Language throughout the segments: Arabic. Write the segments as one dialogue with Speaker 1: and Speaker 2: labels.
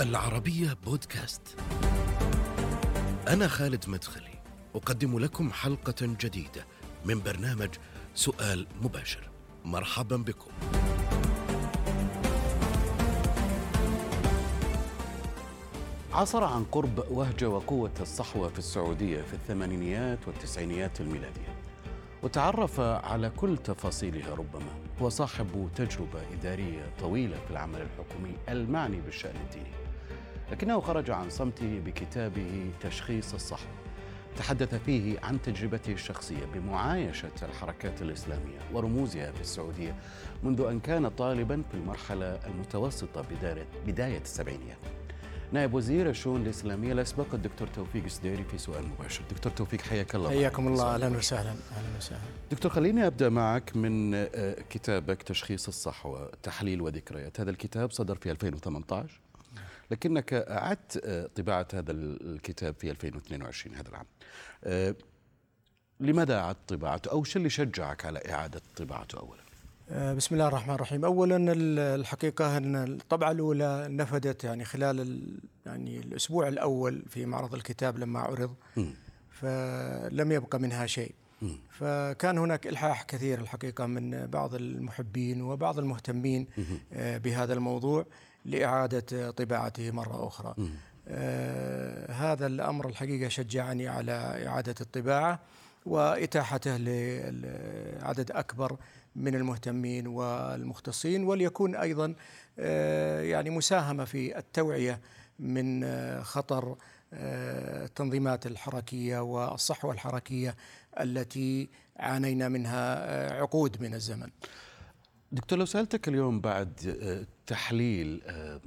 Speaker 1: العربية بودكاست. أنا خالد مدخلي أقدم لكم حلقة جديدة من برنامج سؤال مباشر. مرحبا بكم.
Speaker 2: عاصر عن قرب وهج وقوة الصحوة في السعودية في الثمانينيات والتسعينيات الميلادية، وتعرف على كل تفاصيلها. ربما هو صاحب تجربة إدارية طويلة في العمل الحكومي المعني بالشأن الديني، لكنه خرج عن صمته بكتابه تشخيص الصحوة. تحدث فيه عن تجربته الشخصية بمعايشة الحركات الإسلامية ورموزها في السعودية منذ أن كان طالبا في المرحلة المتوسطة بداية السبعينيات. نائب وزير الشؤون الإسلامية الأسبق الدكتور توفيق السديري في سؤال مباشر. دكتور توفيق، حياك الله.
Speaker 3: حياكم الله. أهلا وسهلا. أهلا وسهلا
Speaker 2: دكتور، خليني أبدأ معك من كتابك تشخيص الصحوة، تحليل وذكريات. هذا الكتاب صدر في 2018، لكنك أعدت طباعة هذا الكتاب في 2022 هذا العام. لماذا أعدت طباعته، أو شو اللي شجعك على إعادة طباعته أولا؟
Speaker 3: بسم الله الرحمن الرحيم. أولا الحقيقة أن الطبعة الأولى نفذت خلال الأسبوع الأول في معرض الكتاب لما عرض، فلم يبقى منها شيء. فكان هناك إلحاح كثير الحقيقة من بعض المحبين وبعض المهتمين بهذا الموضوع لإعادة طباعته مرة أخرى. هذا الأمر الحقيقة شجعني على إعادة الطباعة وإتاحته لعدد أكبر من المهتمين والمختصين، وليكون أيضا مساهمة في التوعية من خطر التنظيمات الحركية والصحوة الحركية التي عانينا منها عقود من الزمن.
Speaker 2: دكتور، لو سألتك اليوم بعد تحليل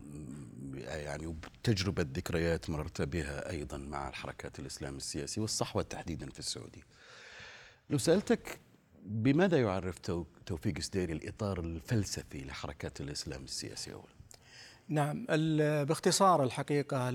Speaker 2: وتجربة ذكريات مررت بها أيضا مع الحركات الإسلام السياسي والصحوة تحديدا في السعودية، لو سألتك بماذا يعرف توفيق السديري الإطار الفلسفي لحركات الإسلام السياسي أولا؟
Speaker 3: نعم، باختصار الحقيقة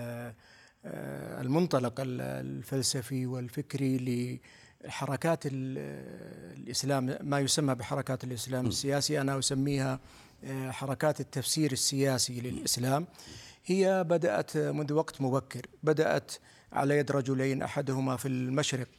Speaker 3: المنطلق الفلسفي والفكري لحركات الإسلام، ما يسمى بحركات الإسلام السياسي، أنا أسميها حركات التفسير السياسي للإسلام. هي بدأت منذ وقت مبكر، بدأت على يد رجلين، أحدهما في المشرق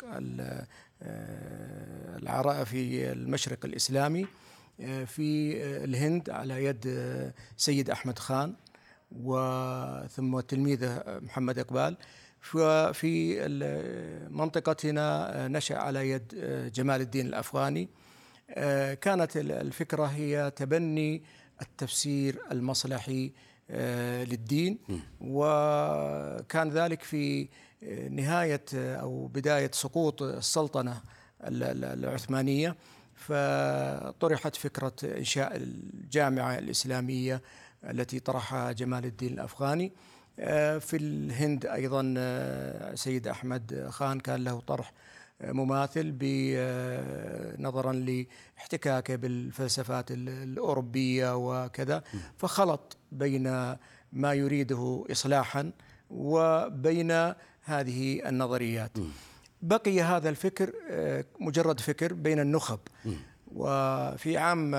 Speaker 3: في المشرق الإسلامي في الهند على يد سيد أحمد خان وثم تلميذه محمد إقبال. في منطقتنا نشأ على يد جمال الدين الأفغاني. كانت الفكرة هي تبني التفسير المصلحي للدين، وكان ذلك في نهاية أو بداية سقوط السلطنة العثمانية، فطرحت فكرة إنشاء الجامعة الإسلامية التي طرحها جمال الدين الأفغاني. في الهند أيضا سيد أحمد خان كان له طرح مماثل نظرا لاحتكاكه بالفلسفات الأوروبية وكذا، فخلط بين ما يريده إصلاحا وبين هذه النظريات. بقي هذا الفكر مجرد فكر بين النخب. وفي عام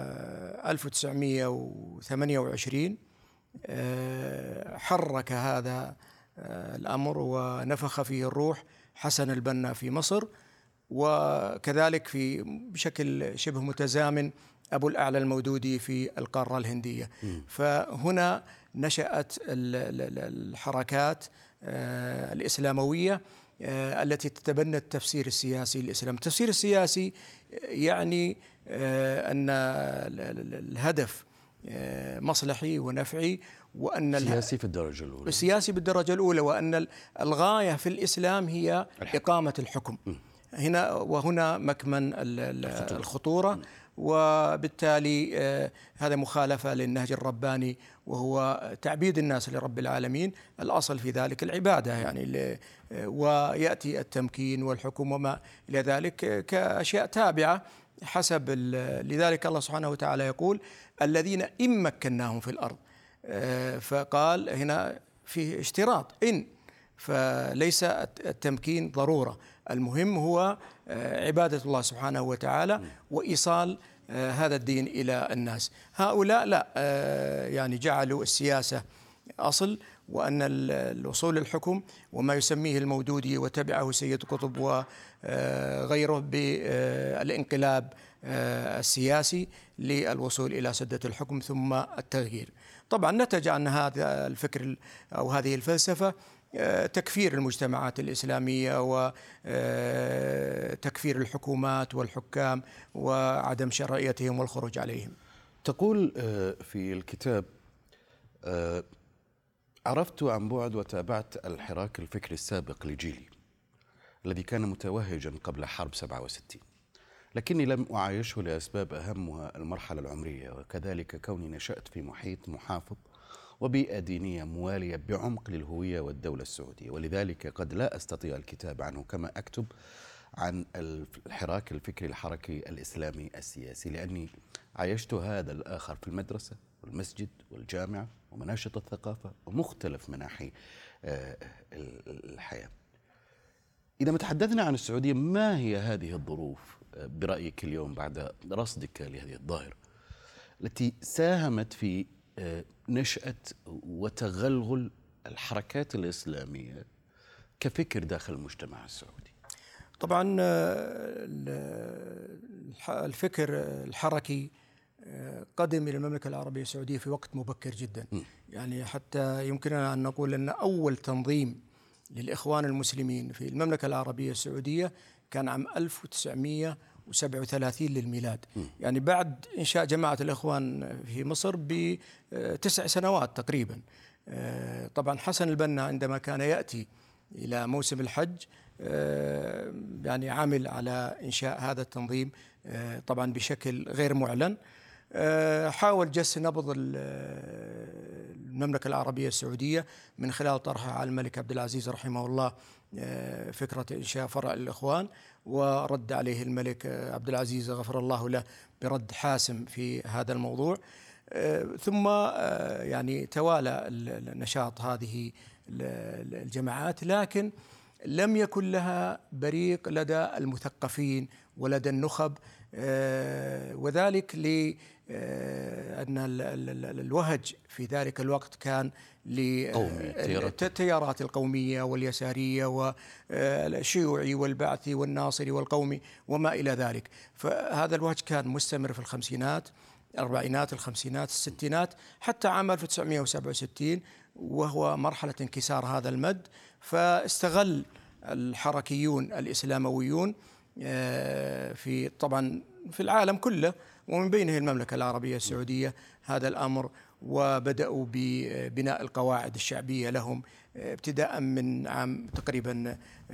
Speaker 3: 1928 حرك هذا الأمر ونفخ فيه الروح حسن البنا في مصر، وكذلك بشكل شبه متزامن أبو الأعلى المودودي في القارة الهندية. فهنا نشأت الحركات الإسلاموية التي تتبنى التفسير السياسي للإسلام. التفسير السياسي يعني أن الهدف مصلحي ونفعي، وأن
Speaker 2: سياسي في الدرجة الأولى،
Speaker 3: السياسي بالدرجة الأولى، وأن الغاية في الإسلام هي إقامة الحكم. وهنا مكمن الخطورة، وبالتالي هذا مخالفة للنهج الرباني، وهو تعبيد الناس لرب العالمين. الأصل في ذلك العبادة ويأتي التمكين والحكم وما إلى ذلك كأشياء تابعة حسب. لذلك الله سبحانه وتعالى يقول الذين إن مكناهم في الأرض، فقال هنا في اشتراط إن، فليس التمكين ضرورة، المهم هو عبادة الله سبحانه وتعالى وإيصال هذا الدين إلى الناس. هؤلاء لا، جعلوا السياسة أصل، وأن الوصول للحكم وما يسميه المودودي وتبعه سيد قطب وغيره بالانقلاب السياسي للوصول إلى سدة الحكم ثم التغيير. طبعا نتج عن هذا الفكر أو هذه الفلسفة تكفير المجتمعات الإسلامية وتكفير الحكومات والحكام وعدم شرعيتهم والخروج عليهم.
Speaker 2: تقول في الكتاب: عرفت عن بعد وتابعت الحراك الفكري السابق لجيلي الذي كان متوهجا قبل حرب 67، لكني لم أعايشه لأسباب أهمها المرحلة العمرية، وكذلك كوني نشأت في محيط محافظ وبيئة دينية موالية بعمق للهوية والدولة السعودية، ولذلك قد لا أستطيع الكتاب عنه كما أكتب عن الحراك الفكري الحركي الإسلامي السياسي، لأني عايشت هذا الآخر في المدرسة والمسجد والجامعة ومناشط الثقافة ومختلف مناحي الحياة. إذا ما تحدثنا عن السعودية، ما هي هذه الظروف برأيك اليوم بعد رصدك لهذه الظاهرة التي ساهمت في نشأة وتغلغل الحركات الإسلامية كفكر داخل المجتمع السعودي؟
Speaker 3: طبعا الفكر الحركي قدم إلى المملكة العربية السعودية في وقت مبكر جدا. يعني حتى يمكننا أن نقول أن أول تنظيم للإخوان المسلمين في المملكة العربية السعودية كان عام 1937 للميلاد، يعني بعد إنشاء جماعة الإخوان في مصر ب9 سنوات تقريبا. طبعا حسن البنا عندما كان يأتي إلى موسم الحج يعني عمل على إنشاء هذا التنظيم طبعا بشكل غير معلن. حاول جس نبض المملكة العربية السعودية من خلال طرحها على الملك عبد العزيز رحمه الله فكرة إنشاء فرع الإخوان، ورد عليه الملك عبد العزيز غفر الله له برد حاسم في هذا الموضوع. ثم يعني توالى النشاط هذه الجماعات، لكن لم يكن لها بريق لدى المثقفين ولدى النخب، وذلك لأن الوهج في ذلك الوقت كان للتيارات القومية واليسارية والشيوعي والبعثي والناصري والقومي وما إلى ذلك. فهذا الوهج كان مستمر في الخمسينات، الأربعينات، الخمسينات، الستينات، حتى عام 1967، وهو مرحلة انكسار هذا المد. فاستغل الحركيون الإسلامويون في طبعا في العالم كله ومن بينه المملكة العربية السعودية هذا الأمر، وبدأوا ببناء القواعد الشعبية لهم ابتداء من عام تقريبا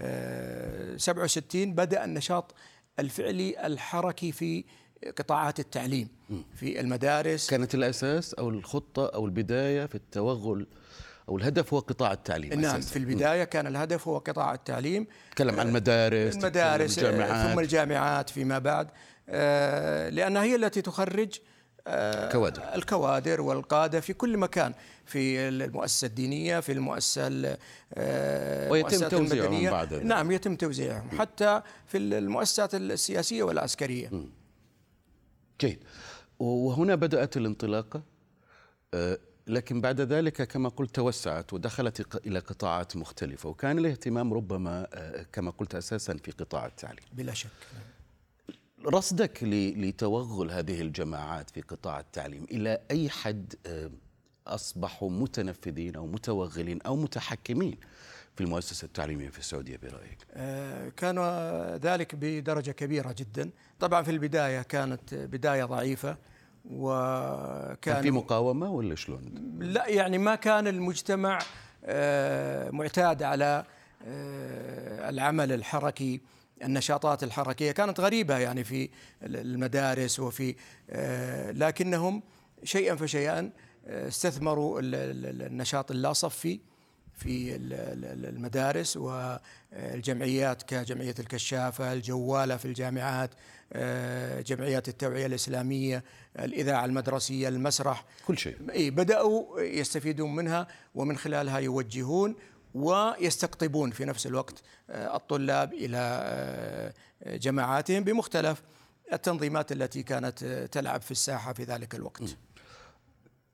Speaker 3: 67. بدأ النشاط الفعلي الحركي في قطاعات التعليم في المدارس.
Speaker 2: كانت الأساس أو الخطة أو البداية في التوغل أو الهدف هو قطاع التعليم.
Speaker 3: نعم، في البداية كان الهدف هو قطاع التعليم.
Speaker 2: تكلم عن المدارس
Speaker 3: الجامعات، ثم الجامعات فيما بعد، لأنها هي التي تخرج الكوادر والقادة في كل مكان، في المؤسسة الدينية، في المؤسسة
Speaker 2: ويتم توزيعهم بعد ذلك.
Speaker 3: نعم، يتم توزيعهم حتى في المؤسسات السياسية والعسكرية.
Speaker 2: جيد. وهنا بدأت الانطلاقة، لكن بعد ذلك كما قلت توسعت ودخلت إلى قطاعات مختلفة، وكان الاهتمام ربما كما قلت أساسا في قطاع التعليم.
Speaker 3: بلا شك.
Speaker 2: رصدك لتوغل هذه الجماعات في قطاع التعليم، إلى أي حد أصبحوا متنفذين أو متوغلين أو متحكمين في المؤسسة التعليمية في السعودية برأيك؟
Speaker 3: كان ذلك بدرجة كبيرة جدا. طبعا في البداية كانت بداية ضعيفة،
Speaker 2: كان في مقاومة ولا شلون؟
Speaker 3: لا، يعني ما كان المجتمع معتاد على العمل الحركي. النشاطات الحركية كانت غريبة يعني في المدارس وفي لكنهم شيئا فشيئا استثمروا النشاط اللاصفي في المدارس والجمعيات كجمعية الكشافة، الجوالة في الجامعات، جمعيات التوعية الإسلامية، الإذاعة المدرسية، المسرح،
Speaker 2: كل شيء.
Speaker 3: بدأوا يستفيدون منها ومن خلالها يوجهون ويستقطبون في نفس الوقت الطلاب إلى جماعاتهم بمختلف التنظيمات التي كانت تلعب في الساحة في ذلك الوقت.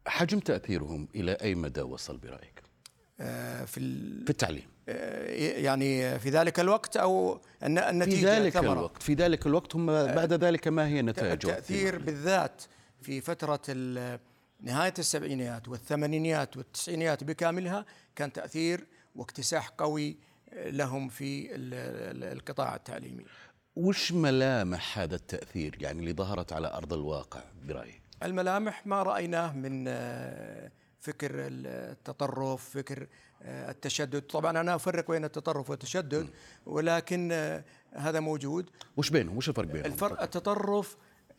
Speaker 2: حجم تأثيرهم إلى أي مدى وصل برأيك في التعليم؟
Speaker 3: يعني في ذلك الوقت أو النتيجة
Speaker 2: في ذلك الوقت هم بعد ذلك ما هي نتائجهم؟
Speaker 3: التأثير بالذات في فترة نهاية السبعينيات والثمانينيات والتسعينيات بكاملها كان تأثير واكتساح قوي لهم في القطاع التعليمي.
Speaker 2: وش ملامح هذا التأثير يعني اللي ظهرت على أرض الواقع برأيك؟
Speaker 3: الملامح ما رأيناه من فكر التطرف، فكر التشدد. طبعا أنا أفرق بين التطرف والتشدد، ولكن هذا موجود.
Speaker 2: وش بينهم؟ وش الفرق بينهم؟
Speaker 3: التطرف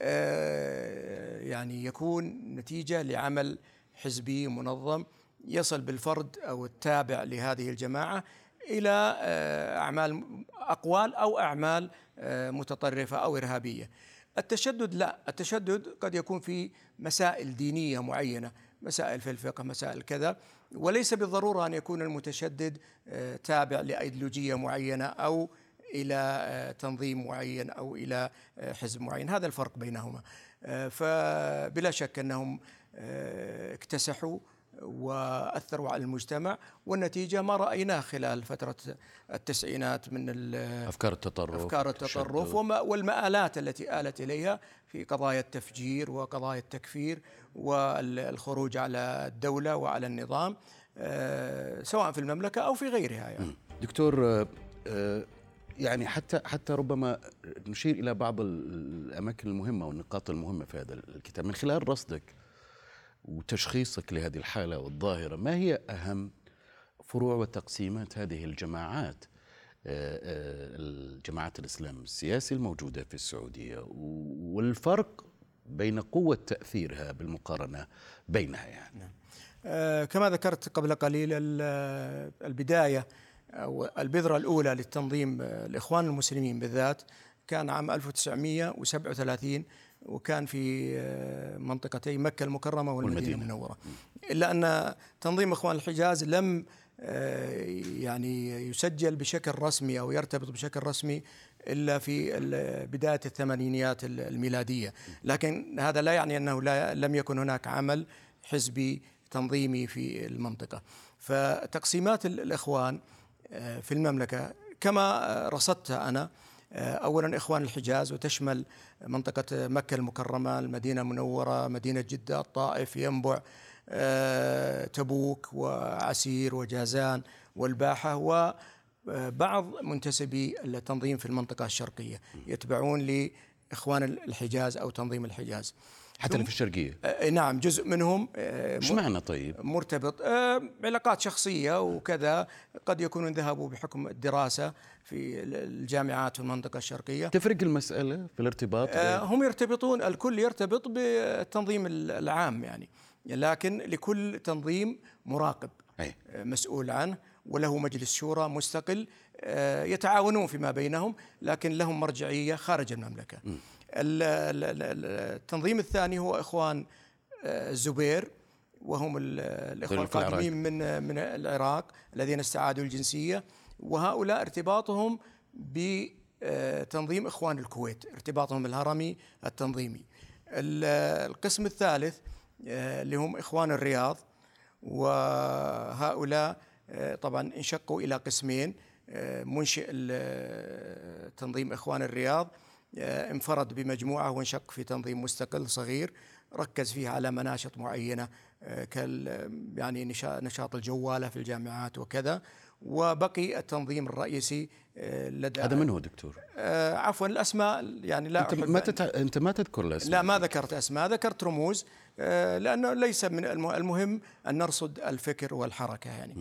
Speaker 3: يعني يكون نتيجة لعمل حزبي منظم يصل بالفرد أو التابع لهذه الجماعة إلى أعمال أقوال أو أعمال متطرفة أو إرهابية. التشدد لا، التشدد قد يكون في مسائل دينية معينة، مسائل في الفقه، مسائل كذا، وليس بالضرورة أن يكون المتشدد تابع لأيديولوجية معينة أو إلى تنظيم معين أو إلى حزب معين. هذا الفرق بينهما. فبلا شك أنهم اكتسحوا وأثروا على المجتمع، والنتيجة ما رأيناه خلال فترة التسعينات من
Speaker 2: أفكار التطرف
Speaker 3: والمآلات التي آلت إليها في قضايا التفجير وقضايا التكفير والخروج على الدولة وعلى النظام، سواء في المملكة أو في غيرها. يعني
Speaker 2: دكتور، يعني حتى ربما نشير إلى بعض الأماكن المهمة والنقاط المهمة في هذا الكتاب من خلال رصدك وتشخيصك لهذه الحالة والظاهرة. ما هي أهم فروع وتقسيمات هذه الجماعات، الجماعات الإسلام السياسي الموجودة في السعودية، والفرق بين قوة تأثيرها بالمقارنة بينها؟ يعني
Speaker 3: كما ذكرت قبل قليل، البداية أو البذرة الأولى للتنظيم الإخوان المسلمين بالذات كان عام 1937، وكان في منطقتي مكة المكرمة والمدينة المنورة. إلا أن تنظيم إخوان الحجاز لم يعني يسجل بشكل رسمي أو يرتبط بشكل رسمي إلا في بداية الثمانينيات الميلادية، لكن هذا لا يعني أنه لم يكن هناك عمل حزبي تنظيمي في المنطقة. فتقسيمات الإخوان في المملكة كما رصدتها أنا، أولا إخوان الحجاز، وتشمل منطقة مكة المكرمة، المدينة المنورة، مدينة جدة، الطائف، ينبع، تبوك وعسير وجازان والباحة، وبعض منتسبي التنظيم في المنطقة الشرقية يتبعون لإخوان الحجاز أو تنظيم الحجاز.
Speaker 2: حتى في الشرقية؟
Speaker 3: نعم، جزء منهم.
Speaker 2: ايش معنى طيب؟
Speaker 3: مرتبط علاقات شخصية وكذا، قد يكونون ذهبوا بحكم الدراسة في الجامعات في المنطقة الشرقية.
Speaker 2: تفرق المسألة في الارتباط؟
Speaker 3: هم يرتبطون، الكل يرتبط بالتنظيم العام يعني، لكن لكل تنظيم مراقب مسؤول عنه، وله مجلس شورى مستقل، يتعاونون فيما بينهم، لكن لهم مرجعية خارج المملكة. التنظيم الثاني هو إخوان الزبير، وهم الإخوان القادمين من العراق الذين استعادوا الجنسية، وهؤلاء ارتباطهم بتنظيم إخوان الكويت، ارتباطهم الهرمي التنظيمي. القسم الثالث اللي هم إخوان الرياض، وهؤلاء طبعا انشقوا إلى قسمين. منشئ تنظيم إخوان الرياض انفرد بمجموعة وانشق في تنظيم مستقل صغير ركز فيه على مناشط معينة يعني نشاط الجوالة في الجامعات وكذا، وبقي التنظيم الرئيسي لدى.
Speaker 2: هذا من هو دكتور؟
Speaker 3: عفوا الأسماء يعني لا
Speaker 2: أنت ما تذكر الأسماء؟
Speaker 3: لا، ما ذكرت أسماء، ذكرت رموز، لأنه ليس من المهم أن نرصد الفكر والحركة. يعني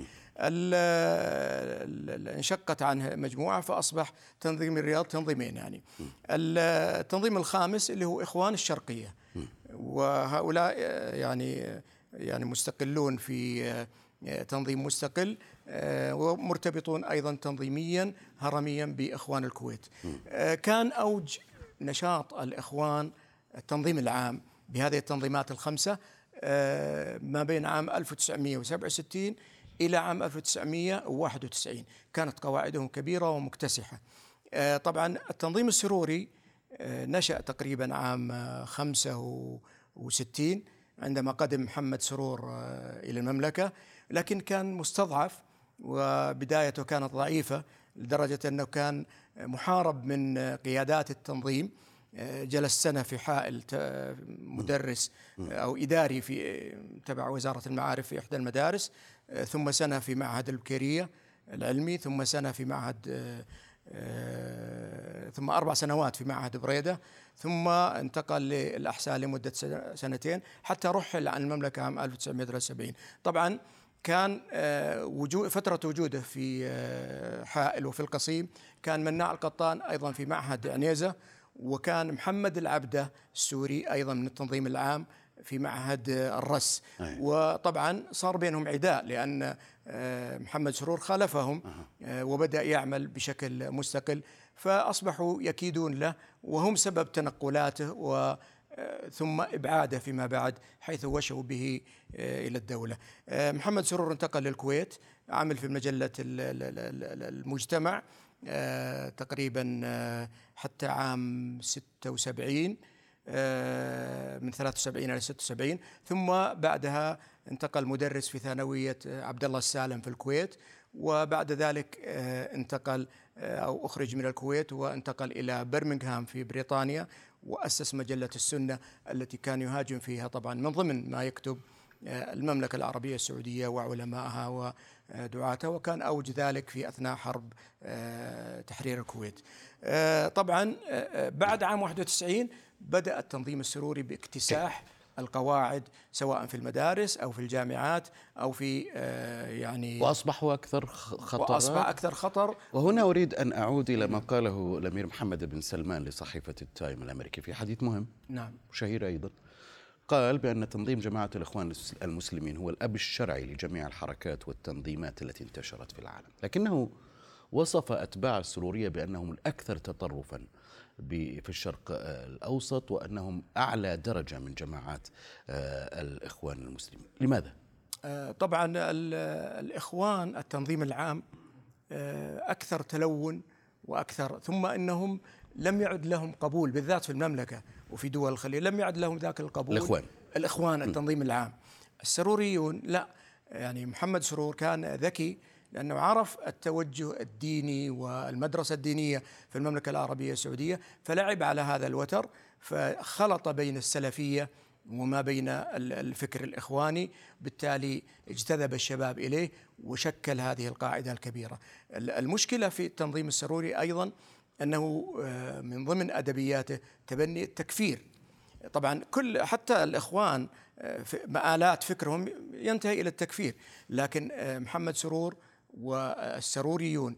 Speaker 3: انشقت عنه مجموعة فأصبح تنظيم الرياض تنظيمين. يعني التنظيم الخامس اللي هو إخوان الشرقية، وهؤلاء يعني مستقلون في تنظيم مستقل، ومرتبطون أيضا تنظيميا هرميا بإخوان الكويت. كان أوج نشاط الإخوان التنظيم العام بهذه التنظيمات الخمسة ما بين عام 1967 إلى عام 1991، كانت قواعدهم كبيرة ومكتسحة. طبعا التنظيم السروري نشأ تقريبا عام 65 عندما قدم محمد سرور إلى المملكة، لكن كان مستضعف وبدايته كانت ضعيفة لدرجة أنه كان محارب من قيادات التنظيم. جلس سنة في حائل مدرس أو إداري في تبع وزارة المعارف في إحدى المدارس، ثم سنة في معهد البكيرية العلمي، ثم سنة في معهد ثم 4 سنوات في معهد بريدة، ثم انتقل للأحساء لمدة سنتين حتى رحل عن المملكة عام 1973. طبعا كان فترة وجوده في حائل وفي القصيم كان مناع القطان أيضا في معهد عنيزة، وكان محمد العبدة السوري أيضا من التنظيم العام في معهد الرس. وطبعا صار بينهم عداء لأن محمد سرور خالفهم وبدأ يعمل بشكل مستقل، فأصبحوا يكيدون له وهم سبب تنقلاته ثم إبعاده فيما بعد، حيث وشوا به إلى الدولة. محمد سرور انتقل للكويت، عمل في مجلة المجتمع تقريبا حتى عام 76، من 73 إلى 76، ثم بعدها انتقل مدرس في ثانوية عبد الله السالم في الكويت، وبعد ذلك انتقل أو أخرج من الكويت وانتقل إلى برمنغهام في بريطانيا، وأسس مجلة السنة التي كان يهاجم فيها طبعا من ضمن ما يكتب المملكة العربية السعودية وعلمائها ودعاتها، وكان أوج ذلك في أثناء حرب تحرير الكويت. طبعا بعد عام 91 بدأ التنظيم السروري باكتساح القواعد سواء في المدارس أو في الجامعات أو في يعني
Speaker 2: وأصبحوا أكثر خطر.
Speaker 3: وأصبح أكثر خطر.
Speaker 2: وهنا أريد أن أعود إلى ما قاله الأمير محمد بن سلمان لصحيفة التايم الأمريكي في حديث مهم
Speaker 3: نعم
Speaker 2: شهير أيضا. قال بأن تنظيم جماعة الإخوان المسلمين هو الأب الشرعي لجميع الحركات والتنظيمات التي انتشرت في العالم، لكنه وصف أتباع السرورية بأنهم الأكثر تطرفا في الشرق الأوسط، وأنهم أعلى درجة من جماعات الإخوان المسلمين. لماذا؟
Speaker 3: طبعا الإخوان التنظيم العام أكثر تلون وأكثر، ثم أنهم لم يعد لهم قبول بالذات في المملكة وفي دول الخليج، لم يعد لهم ذاك القبول. الإخوان التنظيم العام. السروريون لا، يعني محمد سرور كان ذكي لأنه عرف التوجه الديني والمدرسة الدينية في المملكة العربية السعودية، فلعب على هذا الوتر، فخلط بين السلفية وما بين الفكر الإخواني، بالتالي اجتذب الشباب إليه وشكل هذه القاعدة الكبيرة. المشكلة في التنظيم السروري أيضا أنه من ضمن أدبياته تبني التكفير. طبعا حتى الإخوان مآلات فكرهم ينتهي إلى التكفير، لكن محمد سرور والسروريون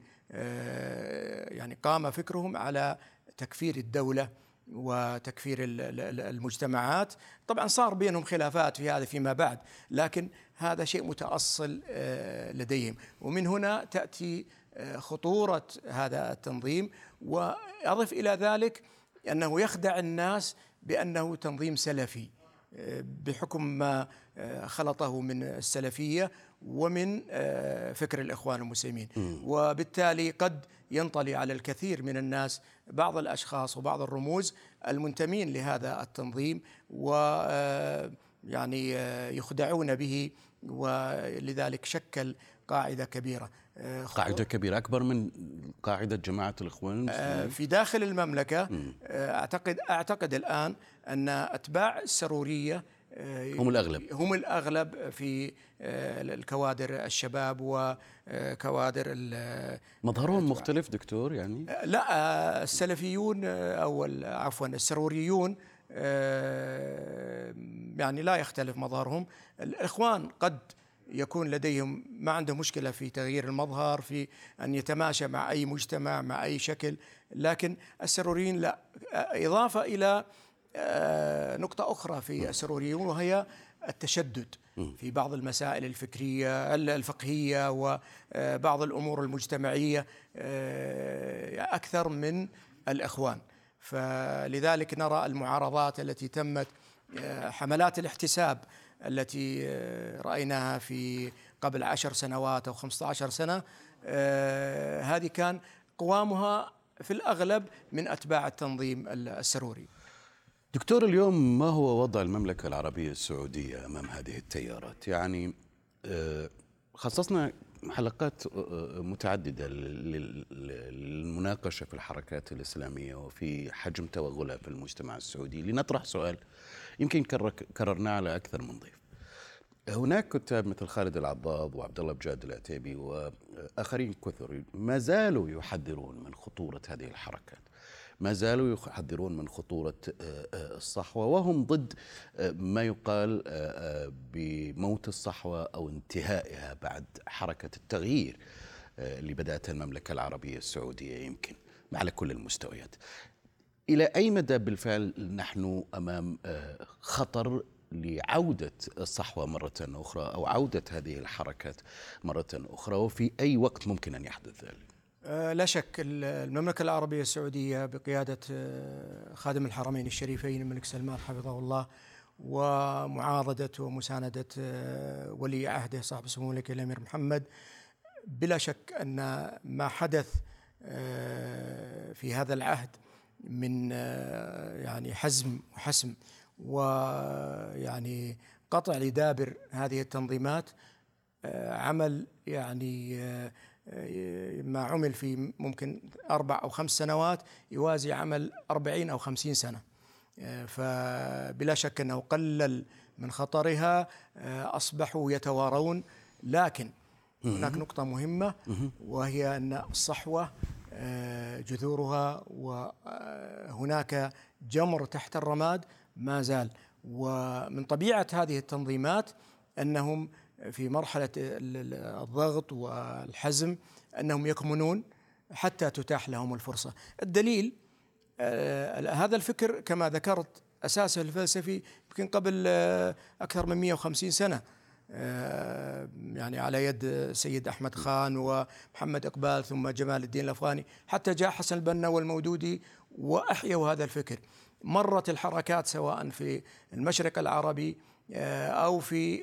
Speaker 3: يعني قام فكرهم على تكفير الدولة وتكفير المجتمعات. طبعا صار بينهم خلافات في هذا فيما بعد، لكن هذا شيء متأصل لديهم، ومن هنا تأتي خطورة هذا التنظيم. وأضف إلى ذلك أنه يخدع الناس بأنه تنظيم سلفي بحكم ما خلطه من السلفية ومن فكر الإخوان المسلمين، وبالتالي قد ينطلي على الكثير من الناس بعض الأشخاص وبعض الرموز المنتمين لهذا التنظيم، ويعني يخدعون به، ولذلك شكل قاعدة كبيرة.
Speaker 2: قاعدة كبيرة أكبر من قاعدة جماعة الإخوان المسلمين
Speaker 3: في داخل المملكة. أعتقد الآن أن أتباع السرورية هم الأغلب في الكوادر الشباب وكوادر
Speaker 2: مظهرهم مختلف دكتور يعني؟
Speaker 3: لا، السلفيون أو عفوا السروريون يعني لا يختلف مظهرهم. الإخوان قد يكون لديهم ما عنده مشكلة في تغيير المظهر، في أن يتماشى مع أي مجتمع مع أي شكل، لكن السروريين لا. إضافة إلى نقطة أخرى في السروريون، وهي التشدد في بعض المسائل الفكرية الفقهية وبعض الأمور المجتمعية أكثر من الإخوان. فلذلك نرى المعارضات التي تمت، حملات الاحتساب التي رأيناها في قبل 10 سنوات أو 15 سنة، هذه كان قوامها في الأغلب من أتباع التنظيم السروري.
Speaker 2: دكتور، اليوم ما هو وضع المملكة العربية السعودية أمام هذه التيارات؟ يعني خصصنا حلقات متعددة للمناقشة في الحركات الإسلامية وفي حجم توغلها في المجتمع السعودي، لنطرح سؤال يمكن كررناه على أكثر من ضيف. هناك كتاب مثل خالد العضاض وعبد الله بجاد العتيبي وآخرين كثر ما زالوا يحذرون من خطورة هذه الحركات، ما زالوا يحذرون من خطورة الصحوة، وهم ضد ما يقال بموت الصحوة أو انتهائها بعد حركة التغيير اللي بدأتها المملكة العربية السعودية يمكن على كل المستويات. إلى أي مدى بالفعل نحن أمام خطر لعودة الصحوة مرة أخرى أو عودة هذه الحركات مرة أخرى، وفي أي وقت ممكن أن يحدث ذلك؟
Speaker 3: لا شك المملكة العربية السعودية بقيادة خادم الحرمين الشريفين الملك سلمان حفظه الله، ومعاضدة ومساندة ولي عهده صاحب السمو الملكي الأمير محمد، بلا شك أن ما حدث في هذا العهد من يعني حزم وحسم ويعني قطع لدابر هذه التنظيمات، عمل يعني ما عمل في ممكن 4 أو 5 سنوات يوازي عمل 40 أو 50 سنة. فبلا شك أنه قلل من خطرها، أصبحوا يتوارون. لكن هناك نقطة مهمة، وهي أن الصحوة جذورها وهناك جمر تحت الرماد ما زال. ومن طبيعة هذه التنظيمات أنهم في مرحلة الضغط والحزم أنهم يكمنون حتى تتاح لهم الفرصة. الدليل هذا الفكر كما ذكرت أساسه الفلسفي يمكن قبل أكثر من 150 سنة، يعني على يد سيد أحمد خان ومحمد إقبال ثم جمال الدين الأفغاني، حتى جاء حسن البنا والمودودي وأحيوا هذا الفكر. مرت الحركات سواء في المشرق العربي أو في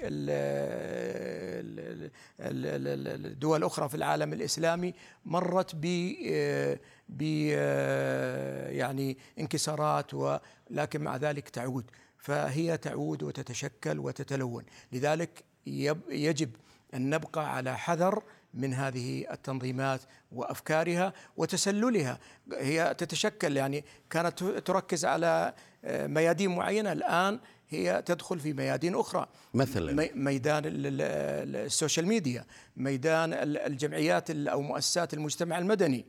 Speaker 3: الدول الأخرى في العالم الإسلامي، مرت ب يعني انكسارات، ولكن مع ذلك تعود، فهي تعود وتتشكل وتتلون. لذلك يجب أن نبقى على حذر من هذه التنظيمات وأفكارها وتسللها. هي تتشكل، يعني كانت تركز على ميادين معينة، الآن هي تدخل في ميادين أخرى، مثلا ميدان السوشيال ميديا، ميدان الجمعيات أو مؤسسات المجتمع المدني،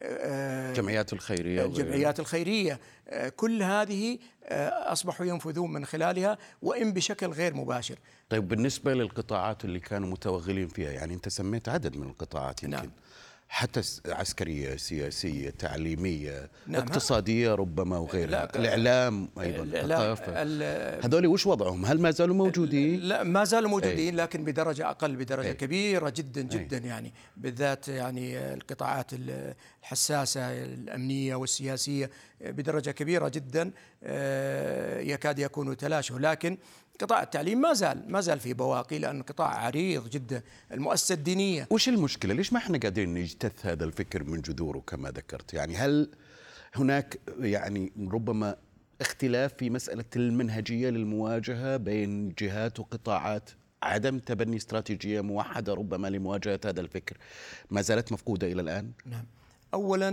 Speaker 3: الجمعيات الخيرية، كل هذه أصبحوا ينفذون من خلالها وإن بشكل غير مباشر.
Speaker 2: طيب، بالنسبة للقطاعات اللي كانوا متوغلين فيها، يعني أنت سميت عدد من القطاعات يمكن، نعم، حتى عسكرية، سياسية، تعليمية، نعم، اقتصادية ربما وغيرها، الإعلام أيضا، الثقافة، هذول وش وضعهم؟ هل ما زالوا موجودين؟
Speaker 3: لا، ما زالوا موجودين، لكن بدرجة أقل، بدرجة كبيرة جدا جدا، يعني بالذات يعني القطاعات الحساسة الأمنية والسياسية بدرجة كبيرة جدا يكاد يكون تلاشوا. لكن قطاع التعليم ما زال في بواقي، لأن قطاع عريض جدا. المؤسسة الدينية،
Speaker 2: وش المشكلة؟ ليش ما احنا قادرين نجتث هذا الفكر من جذوره كما ذكرت؟ يعني هل هناك يعني ربما اختلاف في مسألة المنهجية للمواجهة بين جهات وقطاعات؟ عدم تبني استراتيجية موحدة ربما لمواجهة هذا الفكر ما زالت مفقودة إلى الآن؟
Speaker 3: نعم. أولا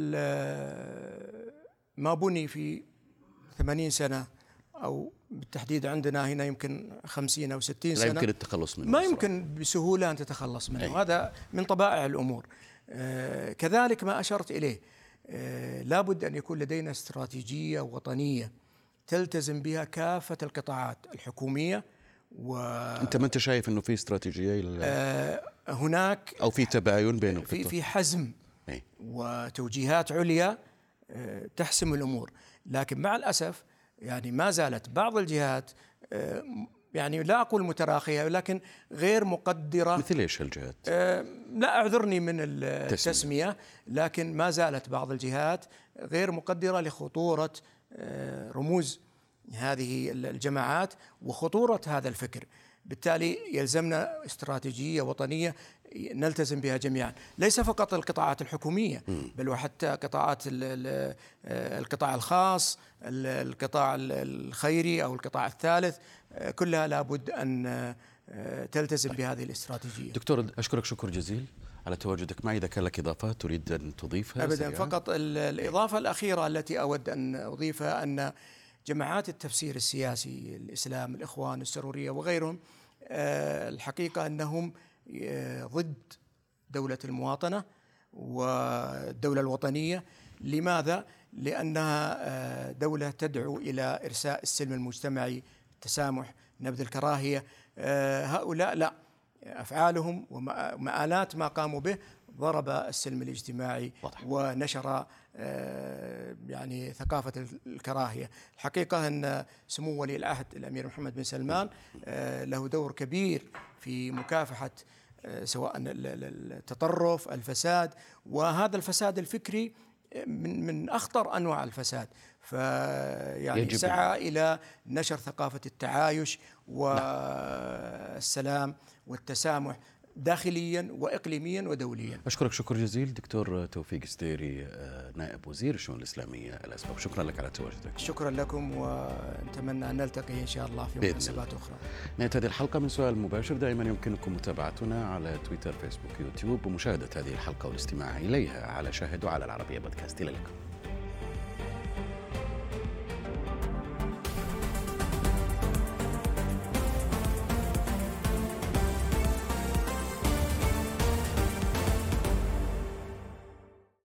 Speaker 3: ما بني في 80 سنة أو بالتحديد عندنا هنا يمكن 50 أو 60 سنة،
Speaker 2: لا يمكن التخلص منه،
Speaker 3: ما يمكن بسهولة أن تتخلص منه. هذا من طبائع الأمور. كذلك ما أشرت إليه، لابد أن يكون لدينا استراتيجية وطنية تلتزم بها كافة القطاعات الحكومية.
Speaker 2: أنت ما أنت شايف أنه في استراتيجية
Speaker 3: هناك
Speaker 2: أو في تباين بين القطاع،
Speaker 3: في حزم وتوجيهات عليا تحسم الأمور. لكن مع الأسف يعني ما زالت بعض الجهات، يعني لا أقول متراخية، لكن غير مقدرة.
Speaker 2: مثل إيش الجهات؟
Speaker 3: لا أعذرني من التسمية، لكن ما زالت بعض الجهات غير مقدرة لخطورة رموز هذه الجماعات وخطورة هذا الفكر. بالتالي يلزمنا استراتيجية وطنية نلتزم بها جميعا، ليس فقط القطاعات الحكومية بل وحتى قطاعات القطاع الخاص، القطاع الخيري أو القطاع الثالث، كلها لابد أن تلتزم بهذه الاستراتيجية.
Speaker 2: دكتور أشكرك شكر جزيل على تواجدك معي. إذا كان لك إضافات تريد أن تضيفها؟
Speaker 3: أبدا، فقط الإضافة الأخيرة التي أود أن أضيفها أن جماعات التفسير السياسي، الإسلام، الإخوان، السرورية وغيرهم، الحقيقة أنهم ضد دولة المواطنة والدولة الوطنية. لماذا؟ لأنها دولة تدعو إلى إرساء السلم المجتمعي، التسامح، نبذ الكراهية. هؤلاء لا، أفعالهم ومآلات ما قاموا به ضرب السلم الاجتماعي ونشر يعني ثقافة الكراهية. الحقيقة أن سمو ولي العهد الأمير محمد بن سلمان له دور كبير في مكافحة سواء التطرف، الفساد، وهذا الفساد الفكري من أخطر أنواع الفساد. فيعني سعى إلى نشر ثقافة التعايش والسلام والتسامح داخليا وإقليميا ودوليا.
Speaker 2: أشكرك شكر جزيل دكتور توفيق ستيري، نائب وزير الشؤون الإسلامية الأسبق. شكرا لك على تواجدك.
Speaker 3: شكرا لكم، ونتمنى أن نلتقي إن شاء الله في مناسبات أخرى.
Speaker 2: نهاية هذه الحلقة من سؤال مباشر. دائما يمكنكم متابعتنا على تويتر، فيسبوك، يوتيوب، ومشاهدة هذه الحلقة والاستماع إليها على شاهد وعلى العربية بودكاست. إلى اللقاء.